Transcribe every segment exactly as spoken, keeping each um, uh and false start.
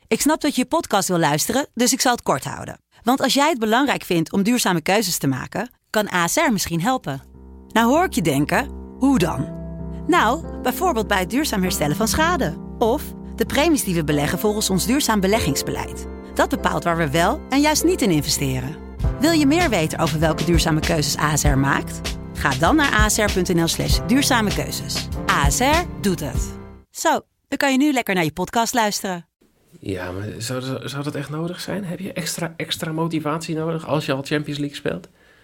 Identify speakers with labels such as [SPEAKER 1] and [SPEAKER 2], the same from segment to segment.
[SPEAKER 1] Ik snap dat je je podcast wil luisteren, dus ik zal het kort houden. Want als jij het belangrijk vindt om duurzame keuzes te maken, kan A S R misschien helpen. Nou hoor ik je denken, hoe dan? Nou, bijvoorbeeld bij het duurzaam herstellen van schade. Of de premies die we beleggen volgens ons duurzaam beleggingsbeleid. Dat bepaalt waar we wel en juist niet in investeren. Wil je meer weten over welke duurzame keuzes A S R maakt? Ga dan naar asr.nl slash duurzame keuzes. A S R doet het. Zo, dan kan je nu lekker naar je podcast luisteren.
[SPEAKER 2] Ja, maar zou dat, zou dat echt nodig zijn? Heb je extra, extra motivatie nodig als je al Champions League speelt?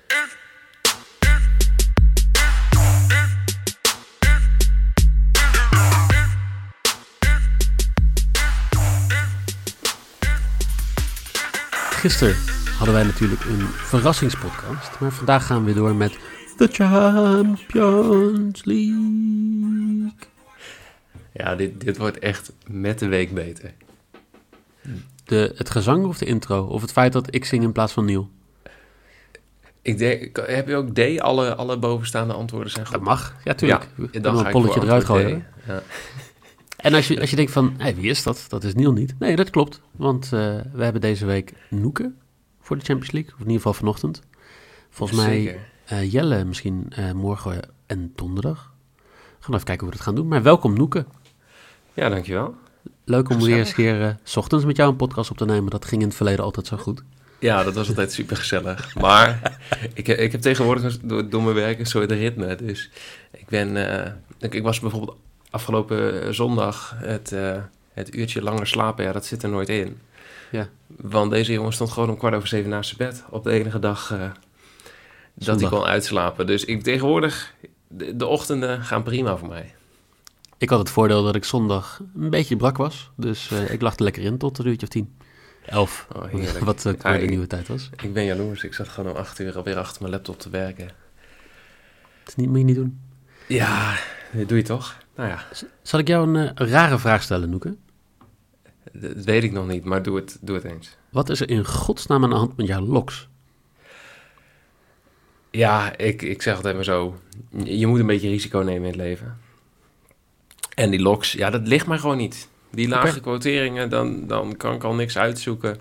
[SPEAKER 3] Gisteren hadden wij natuurlijk een verrassingspodcast, maar vandaag gaan we weer door met The Champions League.
[SPEAKER 2] Ja, dit, dit wordt echt met de week beter.
[SPEAKER 3] De, het gezang of de intro? Of het feit dat ik zing in plaats van Niel?
[SPEAKER 2] Ik denk, heb je ook D? Alle, alle bovenstaande antwoorden zijn goed.
[SPEAKER 3] Dat mag, ja tuurlijk.
[SPEAKER 2] Ja,
[SPEAKER 3] we
[SPEAKER 2] dan
[SPEAKER 3] gaan een polletje eruit gooien.
[SPEAKER 2] Ja.
[SPEAKER 3] En als je, als je denkt van, hey, wie is dat? Dat is Niel niet. Nee, dat klopt. Want uh, we hebben deze week Noeke voor de Champions League. Of in ieder geval vanochtend. Volgens mij uh, Jelle misschien uh, morgen en donderdag. We gaan even kijken hoe we dat gaan doen. Maar welkom Noeke.
[SPEAKER 2] Ja, dankjewel.
[SPEAKER 3] Leuk om weer eens keer uh, 's ochtends met jou een podcast op te nemen. Dat ging in het verleden altijd zo goed.
[SPEAKER 2] Ja, dat was altijd super gezellig. Maar ik, ik heb tegenwoordig door, door mijn werk een soort ritme. Dus ik ben... Uh, ik, ik was bijvoorbeeld afgelopen zondag het, uh, het uurtje langer slapen. Ja, dat zit er nooit in.
[SPEAKER 3] Ja.
[SPEAKER 2] Want deze jongen stond gewoon om kwart over zeven naast zijn bed. Op de enige dag uh, dat hij kon uitslapen. Dus ik tegenwoordig... De, de ochtenden gaan prima voor mij.
[SPEAKER 3] Ik had het voordeel dat ik zondag een beetje brak was. Dus uh, ik lag er lekker in tot een uurtje of tien. Elf,
[SPEAKER 2] oh,
[SPEAKER 3] wat uh,
[SPEAKER 2] ja,
[SPEAKER 3] de
[SPEAKER 2] ik,
[SPEAKER 3] nieuwe tijd was.
[SPEAKER 2] Ik ben jaloers. Ik zat gewoon om acht uur alweer achter mijn laptop te werken.
[SPEAKER 3] Dat is niet, moet je niet doen.
[SPEAKER 2] Ja, dat doe je toch? Nou ja.
[SPEAKER 3] Zal ik jou een uh, rare vraag stellen, Noeke?
[SPEAKER 2] Dat weet ik nog niet, maar doe het, doe het eens.
[SPEAKER 3] Wat is er in godsnaam aan de hand met jouw loks?
[SPEAKER 2] Ja, ik, ik zeg altijd maar zo. Je moet een beetje risico nemen in het leven. En die loks, ja, dat ligt mij gewoon niet. Die lage okay. quoteringen, dan, dan kan ik al niks uitzoeken.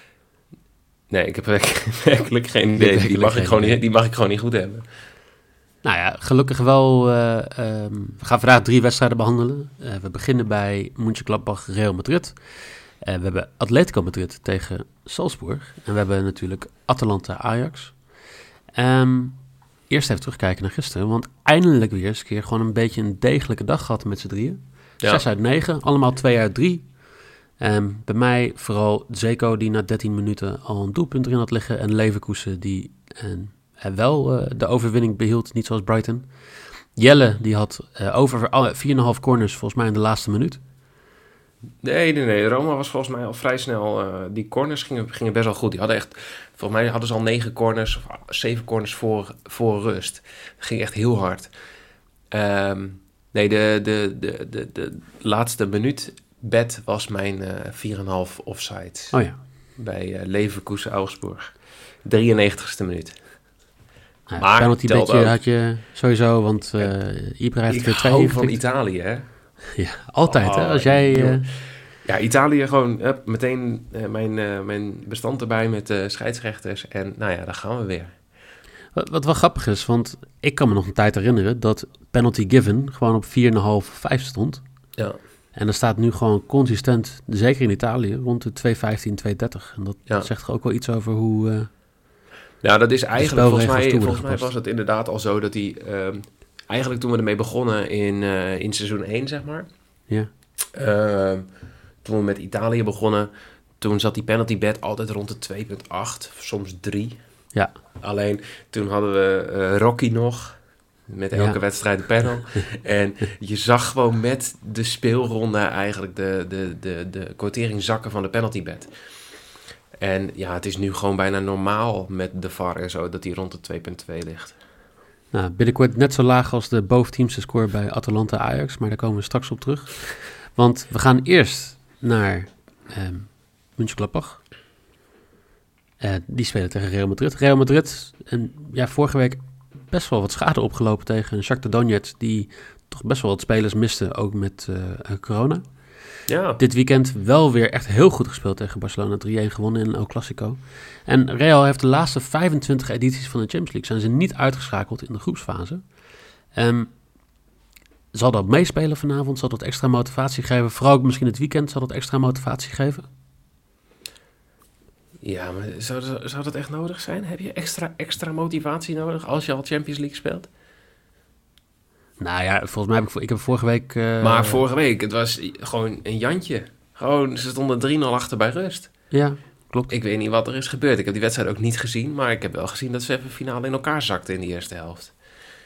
[SPEAKER 2] Nee, ik heb werkelijk geen idee. Die mag, ik gewoon niet, die mag ik gewoon niet goed hebben.
[SPEAKER 3] Nou ja, gelukkig wel. Uh, um, we gaan vandaag drie wedstrijden behandelen. Uh, we beginnen bij Mönchengladbach, Real Madrid. Uh, we hebben Atletico Madrid tegen Salzburg. En we hebben natuurlijk Atalanta, Ajax. Um, eerst even terugkijken naar gisteren. Want eindelijk weer eens een keer gewoon een beetje een degelijke dag gehad met z'n drieën. Ja. Zes uit negen, allemaal twee uit drie. Um, bij mij vooral Zeko die na dertien minuten al een doelpunt erin had liggen. En Leverkusen die uh, wel uh, de overwinning behield, niet zoals Brighton. Jelle die had uh, over vier komma vijf corners volgens mij in de laatste minuut.
[SPEAKER 2] Nee, nee, nee. Roma was volgens mij al vrij snel... Uh, die corners gingen, gingen best wel goed. Die hadden echt... Volgens mij hadden ze al negen corners... of zeven corners voor, voor rust. Dat ging echt heel hard. Um, nee, de, de, de, de, de laatste minuut bed was mijn uh, vier komma vijf offside.
[SPEAKER 3] Oh ja.
[SPEAKER 2] Bij uh, Leverkusen Augsburg. drieënnegentigste minuut.
[SPEAKER 3] Ja, maar penalty bedje had je sowieso... Want uh, Ibra heeft weer twee...
[SPEAKER 2] Ik hou van Italië, hè?
[SPEAKER 3] Ja, altijd oh, hè, als jij... Uh...
[SPEAKER 2] Ja, Italië gewoon up, meteen uh, mijn, uh, mijn bestand erbij met uh, scheidsrechters en nou ja, daar gaan we weer.
[SPEAKER 3] Wat, wat wel grappig is, want ik kan me nog een tijd herinneren dat penalty given gewoon op vier komma vijf, vijf stond.
[SPEAKER 2] Ja.
[SPEAKER 3] En er staat nu gewoon consistent, zeker in Italië, rond de twee vijftien, twee dertig. En dat, ja. dat zegt ook wel iets over hoe... Uh,
[SPEAKER 2] ja, dat is eigenlijk, volgens mij, volgens mij was het inderdaad al zo dat die... Uh, Eigenlijk toen we ermee begonnen in, uh, in seizoen één, zeg maar.
[SPEAKER 3] Ja.
[SPEAKER 2] Uh, toen we met Italië begonnen, toen zat die penalty bet altijd rond de twee komma acht, soms drie.
[SPEAKER 3] Ja.
[SPEAKER 2] Alleen toen hadden we uh, Rocky nog, met elke ja. wedstrijd een panel. En je zag gewoon met de speelronde eigenlijk de, de, de, de quotering zakken van de penalty bet. En ja, het is nu gewoon bijna normaal met de V A R en zo, dat die rond de twee komma twee ligt.
[SPEAKER 3] Nou, binnenkort net zo laag als de boventeamse score bij Atalanta Ajax, maar daar komen we straks op terug. Want we gaan eerst naar um, Mönchengladbach. Uh, die spelen tegen Real Madrid. Real Madrid, en ja, vorige week best wel wat schade opgelopen tegen Shakhtar Donetsk, die toch best wel wat spelers miste, ook met uh, corona.
[SPEAKER 2] Ja.
[SPEAKER 3] Dit weekend wel weer echt heel goed gespeeld tegen Barcelona. drie-een gewonnen in El Clasico. En Real heeft de laatste vijfentwintig edities van de Champions League... zijn ze niet uitgeschakeld in de groepsfase. Um, zal dat meespelen vanavond? Zal dat extra motivatie geven? Vooral ook misschien het weekend zal dat extra motivatie geven?
[SPEAKER 2] Ja, maar zou dat, zou dat echt nodig zijn? Heb je extra, extra motivatie nodig als je al Champions League speelt?
[SPEAKER 3] Nou ja, volgens mij heb ik, ik heb vorige week... Uh...
[SPEAKER 2] Maar vorige week, het was gewoon een jantje. Gewoon, ze stonden drie nul achter bij rust.
[SPEAKER 3] Ja, klopt.
[SPEAKER 2] Ik weet niet wat er is gebeurd. Ik heb die wedstrijd ook niet gezien, maar ik heb wel gezien dat ze even finale in elkaar zakten in die eerste helft.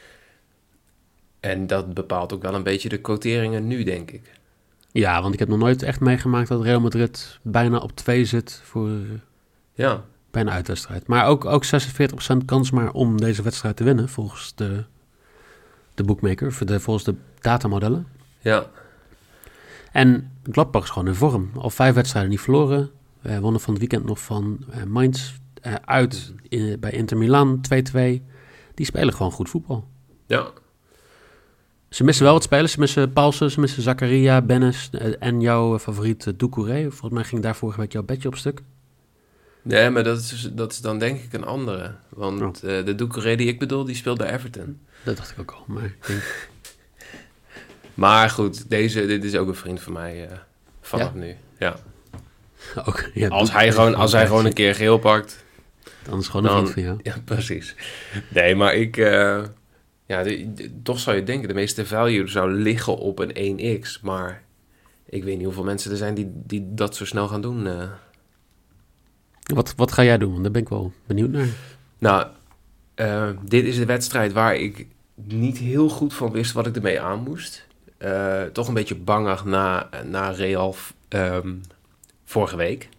[SPEAKER 2] En dat bepaalt ook wel een beetje de quoteringen nu, denk ik.
[SPEAKER 3] Ja, want ik heb nog nooit echt meegemaakt dat Real Madrid bijna op twee zit voor...
[SPEAKER 2] Ja.
[SPEAKER 3] Bij een uitwedstrijd. Maar ook, ook zesenveertig procent kans maar om deze wedstrijd te winnen, volgens de, de bookmaker, de, volgens de datamodellen.
[SPEAKER 2] Ja.
[SPEAKER 3] En Gladbach is gewoon in vorm. Al vijf wedstrijden niet verloren. We wonnen van het weekend nog van uh, Mainz uh, uit in, bij Inter Milan twee-twee. Die spelen gewoon goed voetbal.
[SPEAKER 2] Ja.
[SPEAKER 3] Ze missen wel wat spelers. Ze missen Paulsen, ze missen Zakaria, Bennis uh, en jouw favoriet uh, Doucouré. Volgens mij ging daar vorige week jouw bedje op stuk.
[SPEAKER 2] Nee, maar dat is, dat is dan denk ik een andere. Want oh. uh, de Doucouré die ik bedoel, die speelt bij Everton.
[SPEAKER 3] Dat dacht ik ook al, maar... Denk...
[SPEAKER 2] maar goed, deze, dit is ook een vriend van mij uh, vanaf ja? nu. Ja.
[SPEAKER 3] Ook, ja,
[SPEAKER 2] als hij, gewoon, als hij gewoon een keer geel pakt...
[SPEAKER 3] Dan is het gewoon een vriend van jou.
[SPEAKER 2] Ja, precies. Nee, maar ik... Uh, ja, de, de, toch zou je denken, de meeste value zou liggen op een één x. Maar ik weet niet hoeveel mensen er zijn die, die dat zo snel gaan doen... Uh.
[SPEAKER 3] Wat, wat ga jij doen? Want daar ben ik wel benieuwd naar.
[SPEAKER 2] Nou, uh, dit is de wedstrijd waar ik niet heel goed van wist wat ik ermee aan moest. Uh, toch een beetje bangig na, na Real um, vorige week.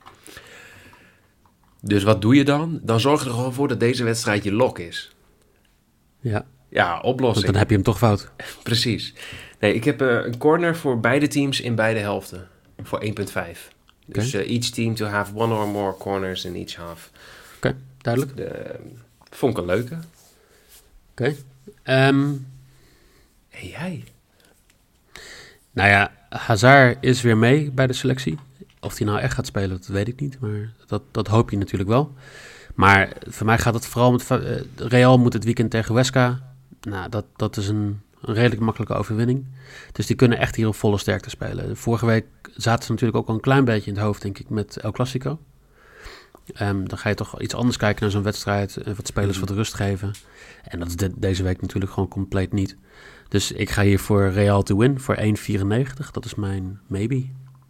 [SPEAKER 2] Dus wat doe je dan? Dan zorg je er gewoon voor dat deze wedstrijd je lok is.
[SPEAKER 3] Ja.
[SPEAKER 2] Ja, oplossing.
[SPEAKER 3] Want dan heb je hem toch fout.
[SPEAKER 2] Precies. Nee, ik heb uh, een corner voor beide teams in beide helften. Voor één komma vijf. Okay. Dus uh, each team to have one or more corners in each half.
[SPEAKER 3] Oké, okay, duidelijk.
[SPEAKER 2] De, vond ik een leuke.
[SPEAKER 3] Oké. Okay. Um,
[SPEAKER 2] en jij?
[SPEAKER 3] Nou ja, Hazard is weer mee bij de selectie. Of hij nou echt gaat spelen, dat weet ik niet. Maar dat, dat hoop je natuurlijk wel. Maar voor mij gaat het vooral met... Uh, Real moet het weekend tegen Huesca. Nou, dat, dat is een, een redelijk makkelijke overwinning. Dus die kunnen echt hier op volle sterkte spelen. Vorige week zaten ze natuurlijk ook al een klein beetje in het hoofd, denk ik, met El Clasico. Um, dan ga je toch iets anders kijken naar zo'n wedstrijd. Uh, wat spelers mm. wat rust geven. En dat is de, deze week natuurlijk gewoon compleet niet. Dus ik ga hier voor Real to win, voor één komma vierennegentig. Dat is mijn maybe.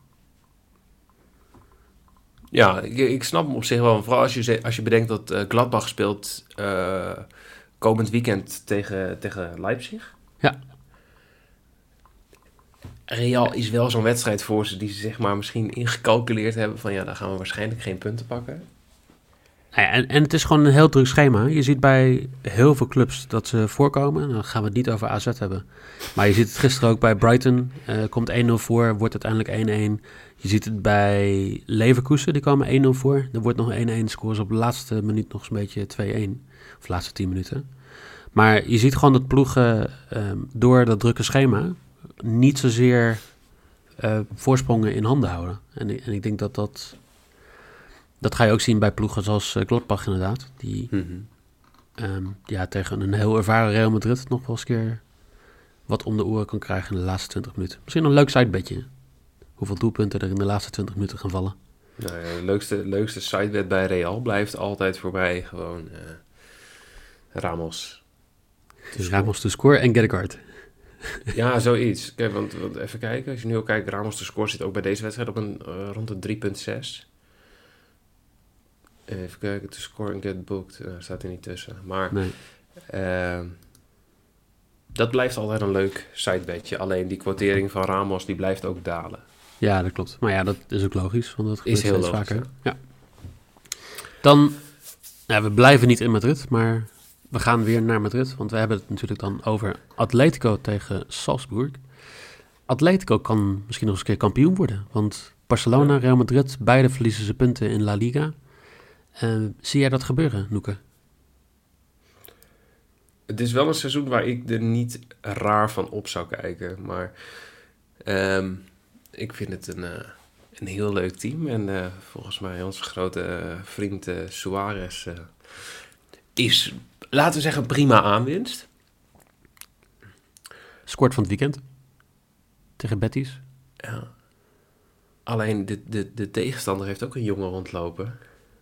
[SPEAKER 2] Ja, ik, ik snap hem op zich wel. Vooral als je, als je bedenkt dat uh, Gladbach speelt uh, komend weekend tegen, tegen Leipzig.
[SPEAKER 3] Ja.
[SPEAKER 2] Real is wel zo'n wedstrijd voor ze die ze zeg maar misschien ingecalculeerd hebben van ja, daar gaan we waarschijnlijk geen punten pakken.
[SPEAKER 3] Ja, en, en het is gewoon een heel druk schema. Je ziet bij heel veel clubs dat ze voorkomen. Dan gaan we het niet over A Z hebben. Maar je ziet het gisteren ook bij Brighton. Uh, komt één nul voor, wordt uiteindelijk één-één. Je ziet het bij Leverkusen, die komen één nul voor. Er wordt nog één-één, scoren ze op de laatste minuut nog een beetje twee-één. Of de laatste tien minuten. Maar je ziet gewoon dat ploegen uh, door dat drukke schema niet zozeer uh, voorsprongen in handen houden. En, en ik denk dat dat... Dat ga je ook zien bij ploegen zoals uh, Gladbach inderdaad. Die mm-hmm. um, ja, tegen een heel ervaren Real Madrid nog wel eens keer wat om de oren kan krijgen in de laatste twintig minuten. Misschien een leuk sidebedje. Hoeveel doelpunten er in de laatste twintig minuten gaan vallen.
[SPEAKER 2] Nou ja, de leukste, leukste sidebed bij Real blijft altijd voorbij gewoon uh, Ramos.
[SPEAKER 3] Dus Ramos to score en get a card.
[SPEAKER 2] Ja, zoiets. Kijk, want, want even kijken. Als je nu ook kijkt, Ramos to score zit ook bij deze wedstrijd op een uh, rond de drie komma zes. Even kijken, to score and get booked. Uh, staat er niet tussen. Maar
[SPEAKER 3] nee.
[SPEAKER 2] uh, dat blijft altijd een leuk sidebedje. Alleen die quotering van Ramos, die blijft ook dalen.
[SPEAKER 3] Ja, dat klopt. Maar ja, dat is ook logisch. Want dat gebeurt
[SPEAKER 2] is heel
[SPEAKER 3] steeds
[SPEAKER 2] logisch,
[SPEAKER 3] vaker. Ja. Dan, nou, we blijven niet in Madrid, maar we gaan weer naar Madrid. Want we hebben het natuurlijk dan over Atletico tegen Salzburg. Atletico kan misschien nog eens een keer kampioen worden. Want Barcelona, Real Madrid, beide verliezen ze punten in La Liga. Uh, zie jij dat gebeuren, Noeke?
[SPEAKER 2] Het is wel een seizoen waar ik er niet raar van op zou kijken. Maar um, ik vind het een, uh, een heel leuk team. En uh, volgens mij onze grote uh, vriend uh, Suarez uh, is, laten we zeggen, prima aanwinst.
[SPEAKER 3] Scoort van het weekend tegen Betis.
[SPEAKER 2] Ja. Alleen de, de, de tegenstander heeft ook een jongen rondlopen.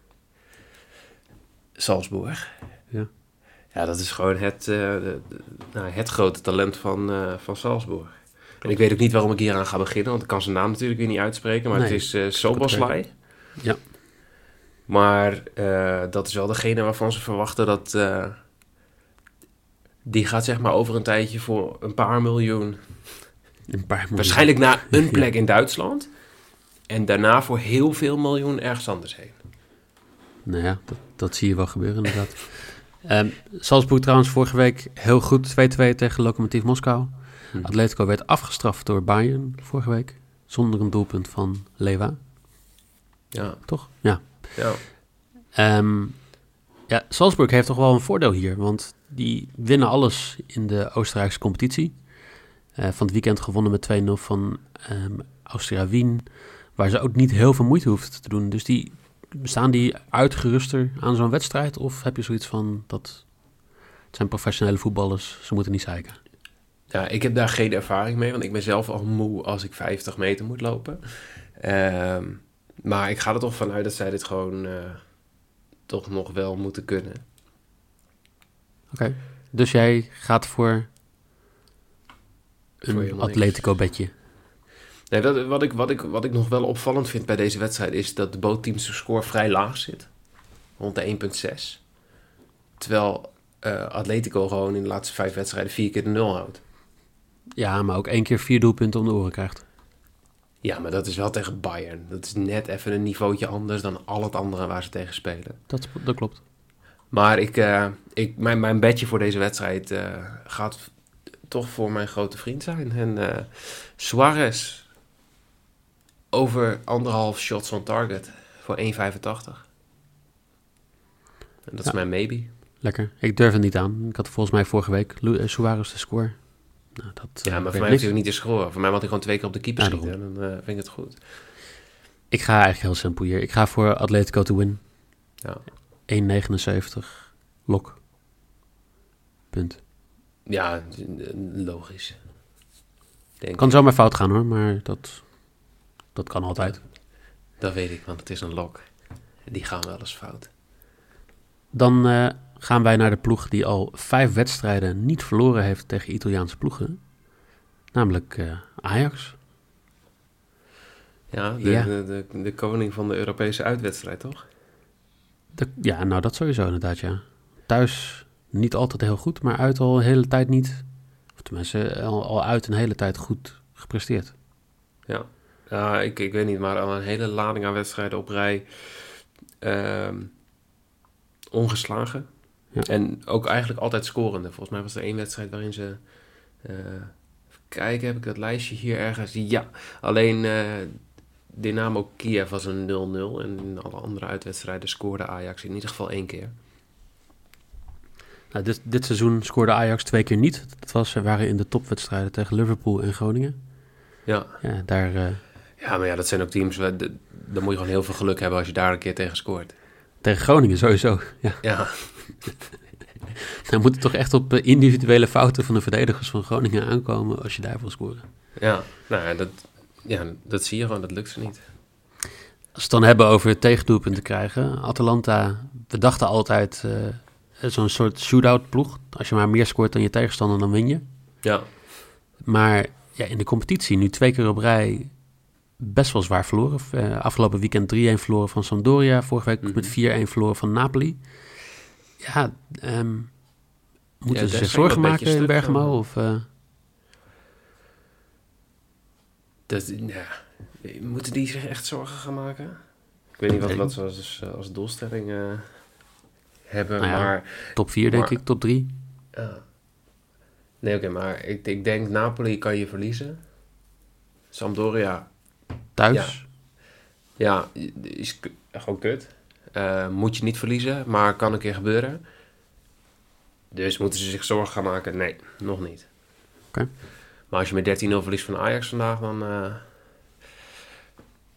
[SPEAKER 2] Salzburg.
[SPEAKER 3] Ja.
[SPEAKER 2] Ja, dat is gewoon het, uh, de, de, nou, het grote talent van, uh, van Salzburg. En ik weet ook niet waarom ik hier aan ga beginnen, want ik kan zijn naam natuurlijk weer niet uitspreken. Maar nee, het is uh, Szoboszlai.
[SPEAKER 3] Ja.
[SPEAKER 2] Maar uh, dat is wel degene waarvan ze verwachten dat... Uh, die gaat zeg maar over een tijdje voor een paar miljoen...
[SPEAKER 3] Een paar miljoen.
[SPEAKER 2] Waarschijnlijk naar een plek in Duitsland. En daarna voor heel veel miljoen ergens anders heen.
[SPEAKER 3] Nou ja, dat, dat zie je wel gebeuren inderdaad. um, Salzburg trouwens vorige week heel goed twee-twee tegen Lokomotiv Moskou. Hm. Atletico werd afgestraft door Bayern vorige week. Zonder een doelpunt van Lewa.
[SPEAKER 2] Ja.
[SPEAKER 3] Toch? Ja.
[SPEAKER 2] Ja.
[SPEAKER 3] Um, ja, Salzburg heeft toch wel een voordeel hier. Want die winnen alles in de Oostenrijkse competitie. Uh, van het weekend gewonnen met twee nul van um, Austria Wien. Waar ze ook niet heel veel moeite hoeft te doen. Dus die, staan die uitgeruster aan zo'n wedstrijd? Of heb je zoiets van, dat het zijn professionele voetballers, ze moeten niet zeiken?
[SPEAKER 2] Ja, ik heb daar geen ervaring mee, want ik ben zelf al moe als ik vijftig meter moet lopen. Uh, maar ik ga er toch vanuit dat zij dit gewoon uh, toch nog wel moeten kunnen.
[SPEAKER 3] Oké, okay. Dus jij gaat voor een voor Atletico-bedje?
[SPEAKER 2] Nee, dat, wat, ik, wat, ik, wat ik nog wel opvallend vind bij deze wedstrijd is dat de bootteams score vrij laag zit. Rond de één komma zes. Terwijl uh, Atletico gewoon in de laatste vijf wedstrijden vier keer de nul houdt.
[SPEAKER 3] Ja, maar ook één keer vier doelpunten om de oren krijgt.
[SPEAKER 2] Ja, maar dat is wel tegen Bayern. Dat is net even een niveautje anders dan al het andere waar ze tegen spelen.
[SPEAKER 3] Dat, dat klopt.
[SPEAKER 2] Maar ik, uh, ik, mijn, mijn bedje voor deze wedstrijd uh, gaat toch voor mijn grote vriend zijn. En uh, Suarez over anderhalf shots on target voor één komma vijfentachtig. En dat ja. is mijn maybe.
[SPEAKER 3] Lekker. Ik durf het niet aan. Ik had volgens mij vorige week Suarez de score. Nou, dat,
[SPEAKER 2] ja,
[SPEAKER 3] uh,
[SPEAKER 2] maar voor mij heeft hij ook niet de score. Voor mij had hij gewoon twee keer op de keeper ja, schieten. En dan uh, vind ik het goed.
[SPEAKER 3] Ik ga eigenlijk heel simpel hier. Ik ga voor Atletico to win.
[SPEAKER 2] Ja.
[SPEAKER 3] één komma negenenzeventig. Lok. Punt.
[SPEAKER 2] Ja, logisch. Denk
[SPEAKER 3] kan zomaar fout gaan hoor, maar dat, dat kan altijd.
[SPEAKER 2] Ja, dat weet ik, want het is een lok. Die gaan wel eens fout.
[SPEAKER 3] Dan uh, gaan wij naar de ploeg die al vijf wedstrijden niet verloren heeft tegen Italiaanse ploegen. Namelijk uh, Ajax.
[SPEAKER 2] Ja, de, ja. De, de, de koning van de Europese uitwedstrijd, toch?
[SPEAKER 3] De, ja, nou dat sowieso inderdaad, ja. Thuis niet altijd heel goed, maar uit al een hele tijd niet. Of tenminste, al, al uit een hele tijd goed gepresteerd.
[SPEAKER 2] Ja, ja ik, ik weet niet, maar al een hele lading aan wedstrijden op rij. Uh, ongeslagen. Ja. En ook eigenlijk altijd scorende. Volgens mij was er één wedstrijd waarin ze... Uh, even kijken, heb ik dat lijstje hier ergens? Ja, alleen uh, Dynamo Kiev was een nul nul. En in alle andere uitwedstrijden scoorde Ajax in ieder geval één keer.
[SPEAKER 3] Nou, dit, dit seizoen scoorde Ajax twee keer niet. Dat was, ze waren in de topwedstrijden tegen Liverpool en Groningen.
[SPEAKER 2] Ja.
[SPEAKER 3] Ja, daar... Uh,
[SPEAKER 2] ja, maar ja, dat zijn ook teams... Waar de, dan moet je gewoon heel veel geluk hebben als je daar een keer tegen scoort.
[SPEAKER 3] Tegen Groningen sowieso, ja.
[SPEAKER 2] Ja.
[SPEAKER 3] Dan moet het toch echt op individuele fouten van de verdedigers van Groningen aankomen als je daar wil scoren.
[SPEAKER 2] Ja, nou ja, dat, ja, dat zie je gewoon, dat lukt ze niet.
[SPEAKER 3] Als we het dan hebben over tegendoelpunten krijgen. Atalanta, we dachten altijd uh, zo'n soort shootout ploeg. Als je maar meer scoort dan je tegenstander, dan win je.
[SPEAKER 2] Ja.
[SPEAKER 3] Maar ja, in de competitie nu twee keer op rij best wel zwaar verloren. Uh, afgelopen weekend drie-een verloren van Sampdoria. Vorige week mm-hmm. met vier-een verloren van Napoli. Ja, um, moeten ja, ze zich zorgen maken in Bergamo? Van, of, uh...
[SPEAKER 2] dat, ja, moeten die zich echt zorgen gaan maken? Ik weet niet wat, wat ze als, als doelstelling uh, hebben, nou ja, maar...
[SPEAKER 3] Top vier denk ik, top drie.
[SPEAKER 2] Uh, nee, oké, okay, maar ik, ik denk Napoli kan je verliezen. Sampdoria...
[SPEAKER 3] Thuis?
[SPEAKER 2] Ja, ja is k- gewoon kut. Uh, moet je niet verliezen, maar kan een keer gebeuren. Dus moeten ze zich zorgen gaan maken? Nee, nog niet.
[SPEAKER 3] Okay.
[SPEAKER 2] Maar als je met dertien nul verliest van Ajax vandaag, dan... Uh,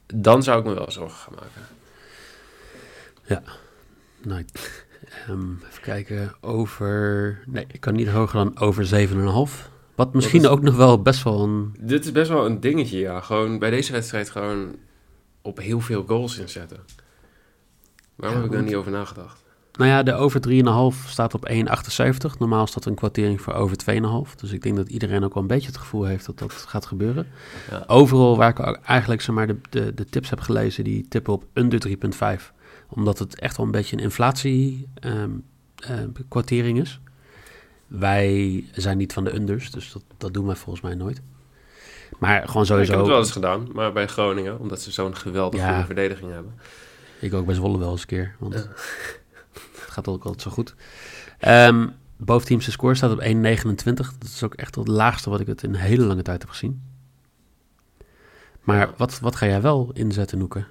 [SPEAKER 2] dan zou ik me wel zorgen gaan maken.
[SPEAKER 3] Ja, nou, um, even kijken, over... Nee, ik kan niet hoger dan over zeven komma vijf. Wat misschien is, ook nog wel best wel een...
[SPEAKER 2] Dit is best wel een dingetje, ja. Gewoon bij deze wedstrijd gewoon op heel veel goals inzetten. Waarom ja, heb ik daar niet over nagedacht?
[SPEAKER 3] Nou ja, de over drie komma vijf staat op één komma achtenzeventig. Normaal is dat een kwartering voor over twee komma vijf. Dus ik denk dat iedereen ook wel een beetje het gevoel heeft dat dat gaat gebeuren. Ja. Overal waar ik ook eigenlijk zeg maar, de, de, de tips heb gelezen, die tippen op under drie komma vijf. Omdat het echt wel een beetje een inflatie um, uh, kwartering is. Wij zijn niet van de unders, dus dat, dat doen wij volgens mij nooit. Maar gewoon sowieso...
[SPEAKER 2] Ik heb het wel eens gedaan, maar bij Groningen, omdat ze zo'n geweldige ja, verdediging hebben.
[SPEAKER 3] Ik ook bij Zwolle wel eens een keer, want ja. Het gaat ook altijd zo goed. Um, boventeamse score staat op één komma negenentwintig. Dat is ook echt het laagste wat ik het in een hele lange tijd heb gezien. Maar ja. wat, wat ga jij wel inzetten, Noeke?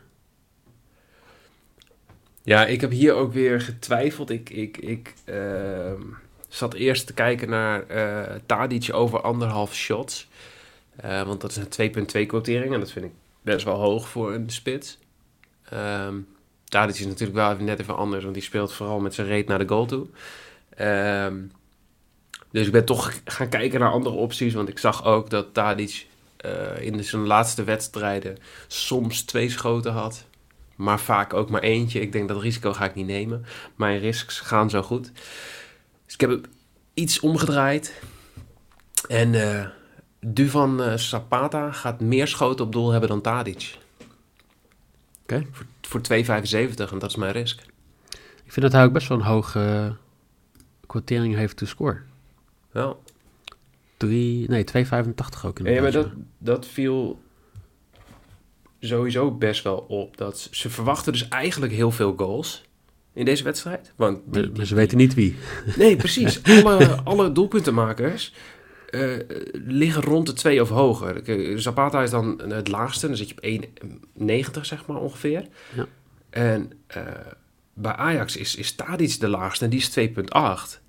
[SPEAKER 2] Ja, ik heb hier ook weer getwijfeld. Ik, ik, ik uh, zat eerst te kijken naar uh, Tadic over anderhalf shots. Uh, want dat is een twee komma twee quotering en dat vind ik best wel hoog voor een spits. Um, Tadic is natuurlijk wel even net even anders, want die speelt vooral met zijn reet naar de goal toe. Um, dus ik ben toch gaan kijken naar andere opties, want ik zag ook dat Tadic uh, in zijn laatste wedstrijden soms twee schoten had, maar vaak ook maar eentje. Ik denk dat risico ga ik niet nemen. Mijn risks gaan zo goed. Dus ik heb het iets omgedraaid. En uh, Duvan uh, Zapata gaat meer schoten op doel hebben dan Tadic.
[SPEAKER 3] Oké. Okay.
[SPEAKER 2] Voor, voor twee komma vijfenzeventig en dat is mijn risk.
[SPEAKER 3] Ik vind dat hij ook best wel een hoge uh, quotering heeft to score.
[SPEAKER 2] Ja.
[SPEAKER 3] Drie, nee, twee komma vijfentachtig ook.
[SPEAKER 2] Ja, maar dat, dat viel sowieso best wel op. Dat ze, ze verwachten dus eigenlijk heel veel goals in deze wedstrijd. Want die,
[SPEAKER 3] maar, maar ze die, weten niet wie. Nee,
[SPEAKER 2] precies. alle, alle doelpuntenmakers uh, liggen rond de twee of hoger. Zapata is dan het laagste. Dan zit je op één komma negentig, zeg maar, ongeveer.
[SPEAKER 3] Ja.
[SPEAKER 2] En uh, bij Ajax is, is Tadic de laagste en die is twee komma acht.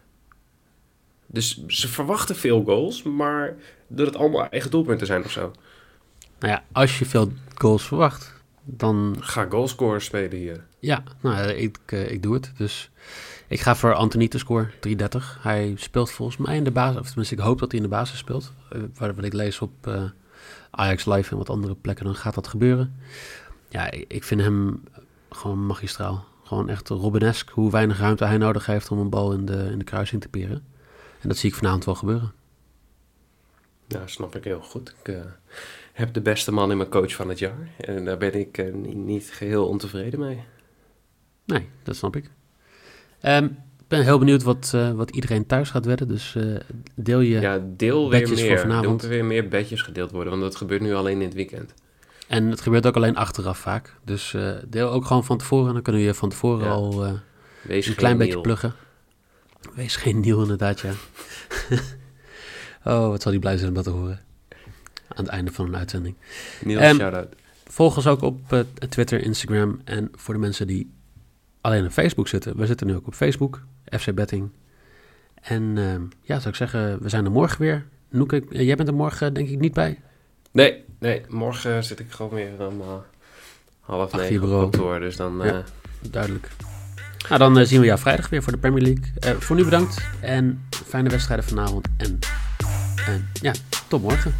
[SPEAKER 2] Dus ze verwachten veel goals, maar dat het allemaal eigen doelpunten zijn of zo.
[SPEAKER 3] Nou ja, als je veel goals verwacht, dan...
[SPEAKER 2] Ga goalscorer spelen hier.
[SPEAKER 3] Ja, nou, ik, uh, ik doe het. Dus ik ga voor Anthony te score, drie komma dertig. Hij speelt volgens mij in de basis, of tenminste ik hoop dat hij in de basis speelt. Uh, waar, wat ik lees op uh, Ajax Live en wat andere plekken, dan gaat dat gebeuren. Ja, ik, ik vind hem gewoon magistraal. Gewoon echt Robbenesk, hoe weinig ruimte hij nodig heeft om een bal in de, in de kruising te peren. En dat zie ik vanavond wel gebeuren.
[SPEAKER 2] Ja, snap ik heel goed. Ik uh, heb de beste man in mijn coach van het jaar. En daar ben ik uh, niet, niet geheel ontevreden mee.
[SPEAKER 3] Nee, dat snap ik. Um, ik ben heel benieuwd wat, uh, wat iedereen thuis gaat wedden. Dus uh, deel je
[SPEAKER 2] ja, deel weer
[SPEAKER 3] bedjes
[SPEAKER 2] meer.
[SPEAKER 3] voor vanavond.
[SPEAKER 2] Er moeten weer meer bedjes gedeeld worden, want dat gebeurt nu alleen in het weekend.
[SPEAKER 3] En het gebeurt ook alleen achteraf vaak. Dus uh, deel ook gewoon van tevoren. Dan kunnen we je van tevoren ja. al uh, een klein beetje pluggen. Wees geen nieuw inderdaad, ja. Oh, wat zal die blij zijn om dat te horen. Aan het einde van een uitzending.
[SPEAKER 2] Niels, um, shout-out.
[SPEAKER 3] Volg ons ook op uh, Twitter, Instagram. En voor de mensen die alleen op Facebook zitten. We zitten nu ook op Facebook. F C Betting. En uh, ja, zou ik zeggen, we zijn er morgen weer. Noeke, uh, jij bent er morgen denk ik niet bij?
[SPEAKER 2] Nee, nee. Morgen zit ik gewoon weer om uh, half Ach, negen op kantoor. Dus dan... Uh...
[SPEAKER 3] Ja, duidelijk. Nou, dan uh, zien we jou vrijdag weer voor de Premier League. Uh, voor nu bedankt en fijne wedstrijden vanavond. En, en ja, tot morgen.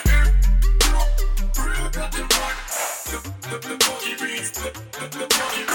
[SPEAKER 4] Beast.